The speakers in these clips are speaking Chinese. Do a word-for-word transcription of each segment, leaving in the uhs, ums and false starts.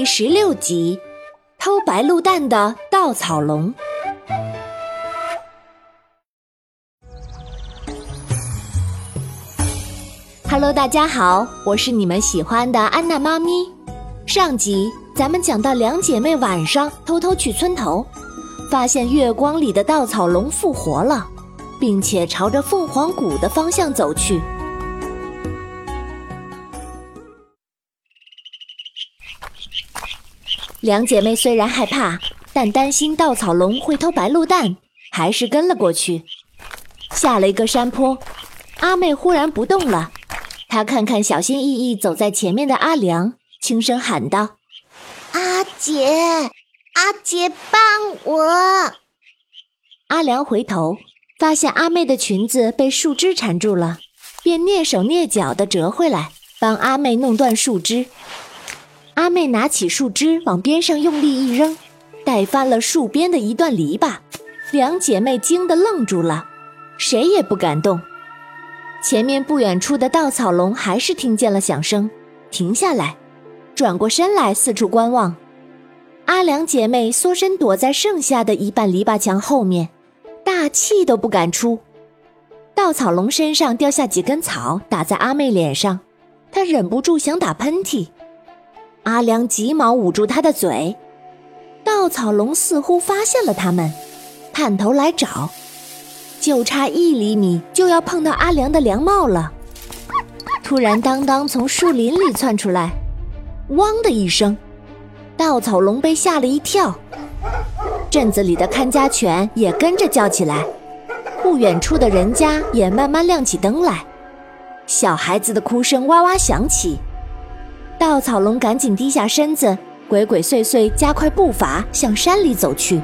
十六集，偷白鹿蛋的稻草龙。Hello， 大家好，我是你们喜欢的安娜妈咪。上集咱们讲到两姐妹晚上偷偷去村头，发现月光里的稻草龙复活了，并且朝着凤凰谷的方向走去。两姐妹虽然害怕，但担心稻草龙会偷白鹿蛋，还是跟了过去。下了一个山坡，阿妹忽然不动了，她看看小心翼翼走在前面的阿良，轻声喊道： 阿姐，阿姐帮我！ 阿良回头发现阿妹的裙子被树枝缠住了，便蹑手蹑脚地折回来，帮阿妹弄断树枝。阿妹拿起树枝往边上用力一扔，带翻了树边的一段篱笆。两姐妹惊得愣住了，谁也不敢动。前面不远处的稻草龙还是听见了响声，停下来，转过身来四处观望。阿良姐妹缩身躲在剩下的一半篱笆墙后面，大气都不敢出。稻草龙身上掉下几根草，打在阿妹脸上，她忍不住想打喷嚏。阿良急忙捂住他的嘴，稻草龙似乎发现了他们，探头来找，就差一厘米就要碰到阿良的凉帽了。突然当当从树林里窜出来，汪的一声，稻草龙被吓了一跳，镇子里的看家犬也跟着叫起来，不远处的人家也慢慢亮起灯来，小孩子的哭声哇哇响起。稻草龙赶紧低下身子，鬼鬼祟祟加快步伐向山里走去。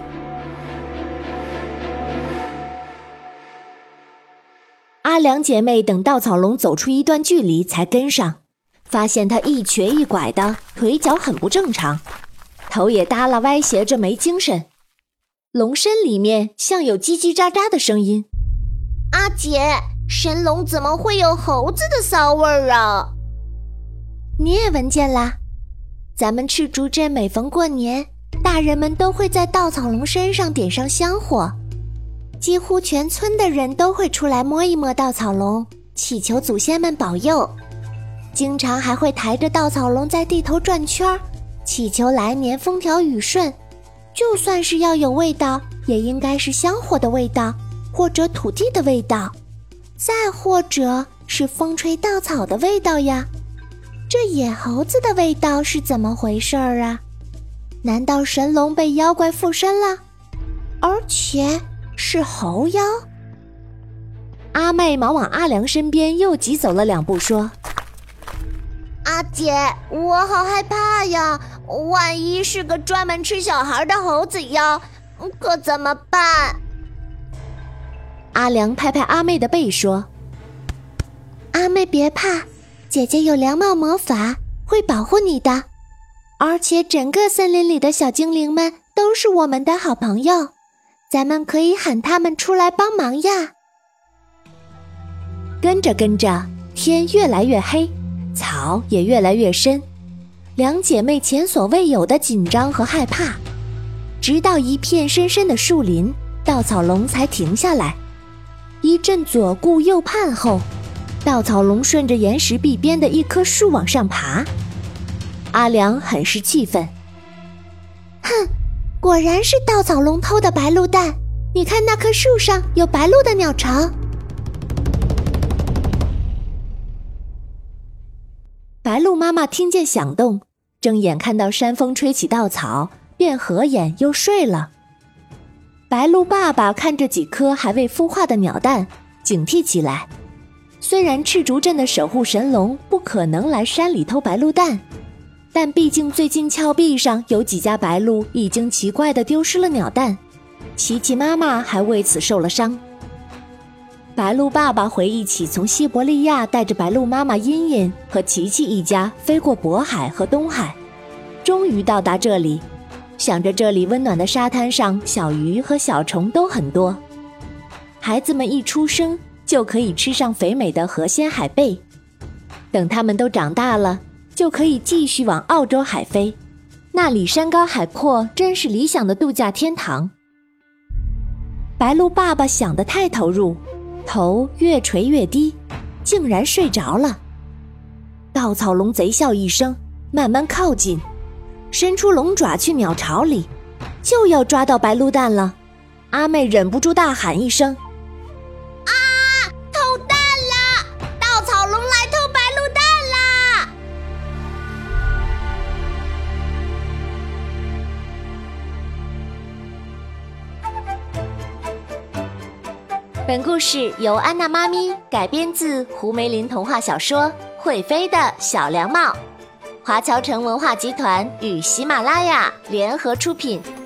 阿良姐妹等稻草龙走出一段距离才跟上，发现他一瘸一拐的，腿脚很不正常，头也耷拉歪斜着没精神，龙身里面像有叽叽喳喳的声音。 阿姐，神龙怎么会有猴子的骚味儿啊？ 你也闻见啦？咱们赤竹镇每逢过年，大人们都会在稻草龙身上点上香火，几乎全村的人都会出来摸一摸稻草龙，祈求祖先们保佑。经常还会抬着稻草龙在地头转圈，祈求来年风调雨顺。就算是要有味道，也应该是香火的味道，或者土地的味道，再或者是风吹稻草的味道呀。这野猴子的味道是怎么回事儿啊？难道神龙被妖怪附身了？而且是猴妖？ 阿妹忙往阿良身边又急走了两步，说： 阿姐，我好害怕呀，万一是个专门吃小孩的猴子妖，可怎么办？ 阿良拍拍阿妹的背说： 阿妹别怕，姐姐有凉帽魔法，会保护你的。而且整个森林里的小精灵们都是我们的好朋友，咱们可以喊他们出来帮忙呀。 跟着跟着，天越来越黑，草也越来越深，两姐妹前所未有的紧张和害怕。直到一片深深的树林，稻草龙才停下来。一阵左顾右盼后，稻草龙顺着岩石壁边的一棵树往上爬。阿良很是气愤， 哼，果然是稻草龙偷的白鹿蛋，你看那棵树上有白鹭的鸟巢。 白鹭妈妈听见响动，睁眼看到山风吹起稻草，便合眼又睡了。白鹭爸爸看着几颗还未孵化的鸟蛋，警惕起来。虽然赤竹镇的守护神龙不可能来山里偷白鹿蛋，但毕竟最近峭壁上有几家白鹭已经奇怪地丢失了鸟蛋，琪琪妈妈还为此受了伤。白鹭爸爸回忆起从西伯利亚带着白鹭妈妈茵茵和琪琪一家飞过渤海和东海，终于到达这里，想着这里温暖的沙滩上小鱼和小虫都很多，孩子们一出生就可以吃上肥美的河鲜海贝，等他们都长大了，就可以继续往澳洲海飞。 那里山高海阔，真是理想的度假天堂。白鹭爸爸想得太投入，头越垂越低，竟然睡着了。稻草龙贼笑一声，慢慢靠近，伸出龙爪去鸟巢里，就要抓到白鹭蛋了。阿妹忍不住大喊一声： 啊！偷蛋了！稻草龙来偷白鹭蛋啦！ 本故事由安娜妈咪改编自胡梅林童话小说《会飞的小凉帽》，华侨城文化集团与喜马拉雅联合出品。